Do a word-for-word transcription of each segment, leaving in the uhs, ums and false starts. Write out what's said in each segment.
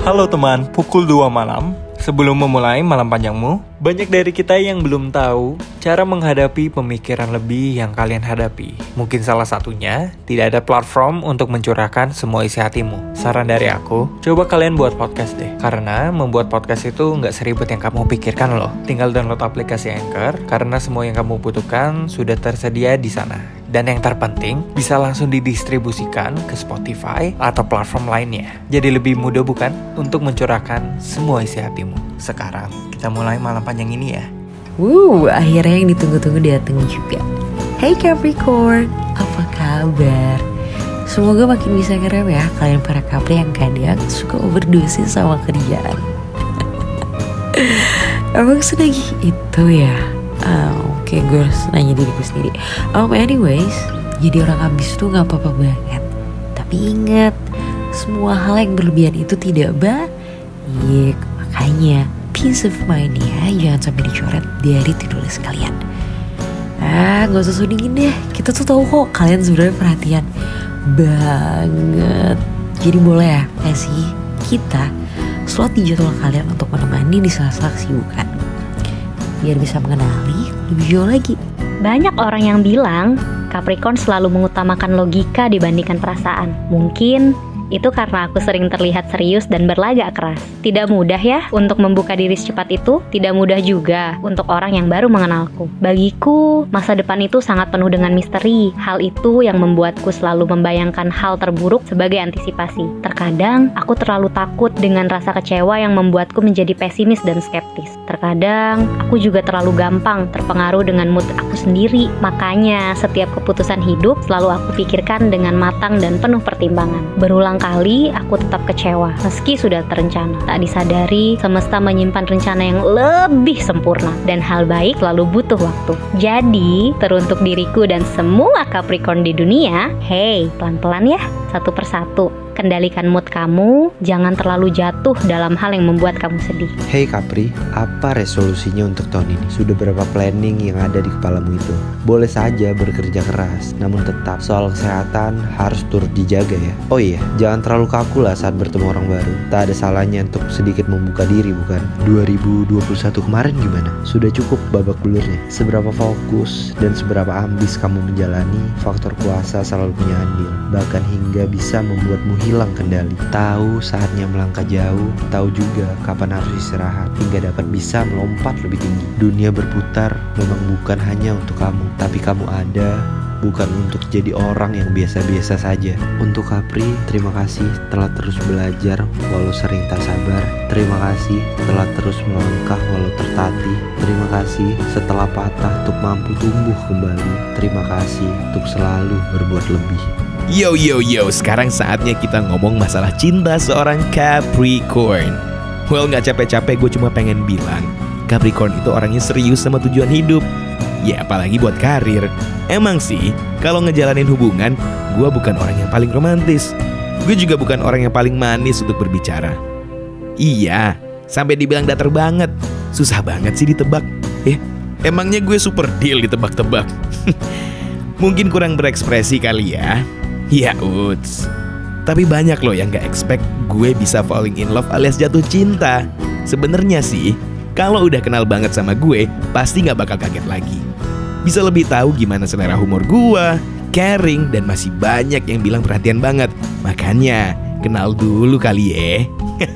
Halo teman, pukul dua malam. Sebelum memulai malam panjangmu, banyak dari kita yang belum tahu cara menghadapi pemikiran lebih yang kalian hadapi. Mungkin salah satunya, tidak ada platform untuk mencurahkan semua isi hatimu. Saran dari aku, coba kalian buat podcast deh. Karena membuat podcast itu nggak seribet yang kamu pikirkan loh. Tinggal download aplikasi Anchor, karena semua yang kamu butuhkan sudah tersedia di sana. Dan yang terpenting, bisa langsung didistribusikan ke Spotify atau platform lainnya. Jadi lebih mudah bukan untuk mencurahkan semua isi hatimu. Sekarang, kita mulai malam panjang ini ya. Wuh, akhirnya yang ditunggu-tunggu datang juga. Hey Capricorn, apa kabar? Semoga makin bisa ngerem ya kalian para Capri yang kadang suka overdosis sama kerjaan. Emang senagi itu ya? Oh, Oke, okay, gue harus nanya diriku sendiri. Um, anyways, jadi orang ambis tuh gak apa-apa banget. Tapi ingat, semua hal yang berlebihan itu tidak baik. Makanya, peace of mind ya, jangan sampai dicoret dari to-do list kalian. Ah, gak usah sudingin deh. Kita tuh tahu kok kalian sebenarnya perhatian banget. Jadi boleh ya, kasih kita slot di jadwal kalian untuk menemani di sela-sela kesibukan. Biar bisa mengenali lebih jauh lagi. Banyak orang yang bilang Capricorn selalu mengutamakan logika dibandingkan perasaan. Mungkin itu karena aku sering terlihat serius dan berlagak keras. Tidak mudah ya untuk membuka diri secepat itu. Tidak mudah juga untuk orang yang baru mengenalku. Bagiku, masa depan itu sangat penuh dengan misteri. Hal itu yang membuatku selalu membayangkan hal terburuk sebagai antisipasi. Terkadang, aku terlalu takut dengan rasa kecewa yang membuatku menjadi pesimis dan skeptis. Terkadang, aku juga terlalu gampang terpengaruh dengan mood aku sendiri. Makanya, setiap keputusan hidup selalu aku pikirkan dengan matang dan penuh pertimbangan. Berulang kali aku tetap kecewa meski sudah terencana. Tak disadari, semesta menyimpan rencana yang lebih sempurna dan hal baik selalu butuh waktu. Jadi, teruntuk diriku dan semua Capricorn di dunia, hey, pelan-pelan ya, satu persatu. Kendalikan mood kamu, jangan terlalu jatuh dalam hal yang membuat kamu sedih. Hey Capri, apa resolusinya untuk tahun ini? Sudah berapa planning yang ada di kepalamu itu? Boleh saja bekerja keras, namun tetap soal kesehatan harus turut dijaga ya. Oh iya, jangan terlalu kaku lah saat bertemu orang baru. Tak ada salahnya untuk sedikit membuka diri, bukan? dua ribu dua puluh satu kemarin gimana? Sudah cukup babak belurnya? Seberapa fokus dan seberapa ambis kamu menjalani, faktor kuasa selalu punya andil. Bahkan hingga bisa membuatmu hilang kendali. Tahu saatnya melangkah jauh, tahu juga kapan harus istirahat hingga dapat bisa melompat lebih tinggi. Dunia berputar memang bukan hanya untuk kamu, tapi kamu ada bukan untuk jadi orang yang biasa-biasa saja. Untuk Capri, terima kasih telah terus belajar walau sering tak sabar. Terima kasih telah terus melangkah walau tertatih. Terima kasih setelah patah untuk mampu tumbuh kembali. Terima kasih untuk selalu berbuat lebih. Yo yo yo, sekarang saatnya kita ngomong masalah cinta seorang Capricorn. Well, gak capek-capek gue cuma pengen bilang Capricorn itu orangnya serius sama tujuan hidup. Ya apalagi buat karir. Emang sih, kalau ngejalanin hubungan, gue bukan orang yang paling romantis. Gue juga bukan orang yang paling manis untuk berbicara. Iya, sampai dibilang datar banget. Susah banget sih ditebak. Eh, emangnya gue super deal ditebak-tebak? Mungkin kurang berekspresi kali ya. Ya uts. Tapi banyak loh yang gak expect gue bisa falling in love alias jatuh cinta. Sebenarnya sih, kalau udah kenal banget sama gue, pasti gak bakal kaget lagi. Bisa lebih tahu gimana selera humor gue, caring, dan masih banyak yang bilang perhatian banget. Makanya, kenal dulu kali ya.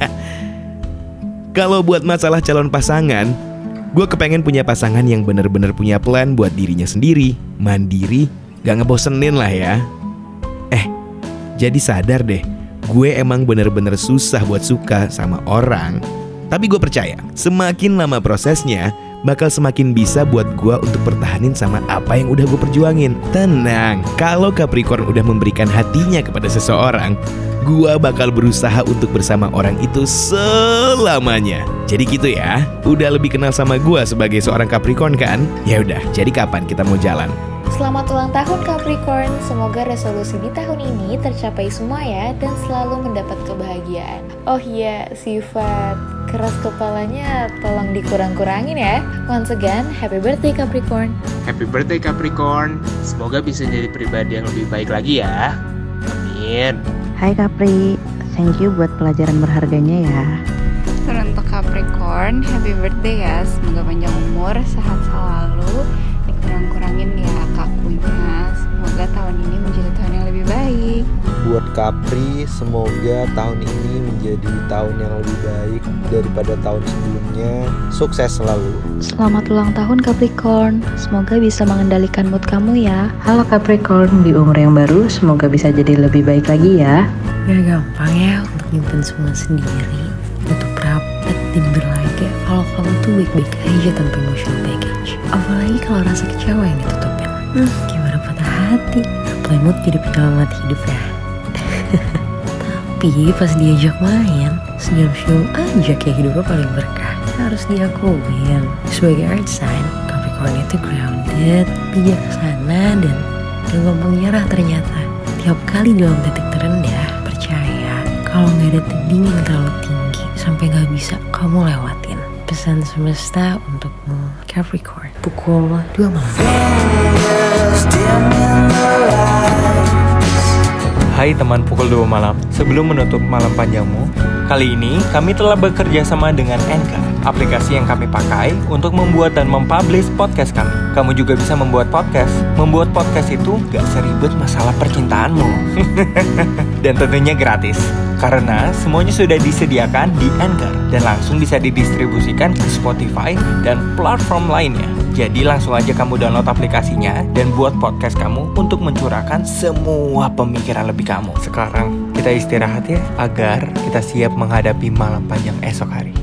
Kalau buat masalah calon pasangan, gue kepengen punya pasangan yang bener-bener punya plan buat dirinya sendiri, mandiri, gak ngebosenin lah ya. Eh, jadi sadar deh, gue emang bener-bener susah buat suka sama orang. Tapi gue percaya, semakin lama prosesnya, bakal semakin bisa buat gue untuk pertahanin sama apa yang udah gue perjuangin. Tenang, kalau Capricorn udah memberikan hatinya kepada seseorang, gue bakal berusaha untuk bersama orang itu selamanya. Jadi gitu ya, udah lebih kenal sama gue sebagai seorang Capricorn kan? Ya udah, jadi kapan kita mau jalan? Selamat ulang tahun Capricorn, semoga resolusi di tahun ini tercapai semua ya dan selalu mendapat kebahagiaan. Oh iya, sifat keras kepalanya tolong dikurang-kurangin ya. Once again, happy birthday Capricorn. Happy birthday Capricorn, semoga bisa jadi pribadi yang lebih baik lagi ya. Amin. Hai Capri, Thank you buat pelajaran berharganya ya. Untuk Capricorn, happy birthday ya. Semoga panjang umur, sehat selalu, dikurang-kurangin ya kakunya. Semoga tahun ini menjadi tahun yang lebih baik. Buat Capri, semoga tahun ini menjadi tahun yang lebih baik daripada tahun sebelumnya. Sukses selalu. Selamat ulang tahun Capricorn. Semoga bisa mengendalikan mood kamu ya. Halo Capricorn, di umur yang baru semoga bisa jadi lebih baik lagi ya. Gak gampang ya untuk nyimpen semua sendiri, untuk rapat dan berlaga kalau kamu tuh baik-baik aja tanpa emotional baggage. Apalagi kalau rasa kecewa yang ditutupin. Hmm, gimana patah hati. Plymouth jadi penyelamat hidup ya. Tapi pas diajak main, senyum-senyum aja kayak hidupnya paling berkah. Harus diakuin. Sebagai earth sign, Capricorn itu grounded, bijaksana, dan gak gampang nyerah ternyata. Tiap kali dalam titik terendah, percaya kalau gak ada tebing yang terlalu tinggi sampai gak bisa kamu lewatin. Pesan semesta untukmu, Capricorn. Pukul dua malam. Hai teman Pukul dua malam, sebelum menutup malam panjangmu, kali ini kami telah bekerja sama dengan Anchor, aplikasi yang kami pakai untuk membuat dan mempublish podcast kami. Kamu juga bisa membuat podcast. Membuat podcast itu gak seribet masalah percintaanmu. Dan tentunya gratis, karena semuanya sudah disediakan di Anchor dan langsung bisa didistribusikan ke Spotify dan platform lainnya. Jadi langsung aja kamu download aplikasinya dan buat podcast kamu untuk mencurahkan semua pemikiran lebih kamu. Sekarang kita istirahat ya, agar kita siap menghadapi malam panjang esok hari.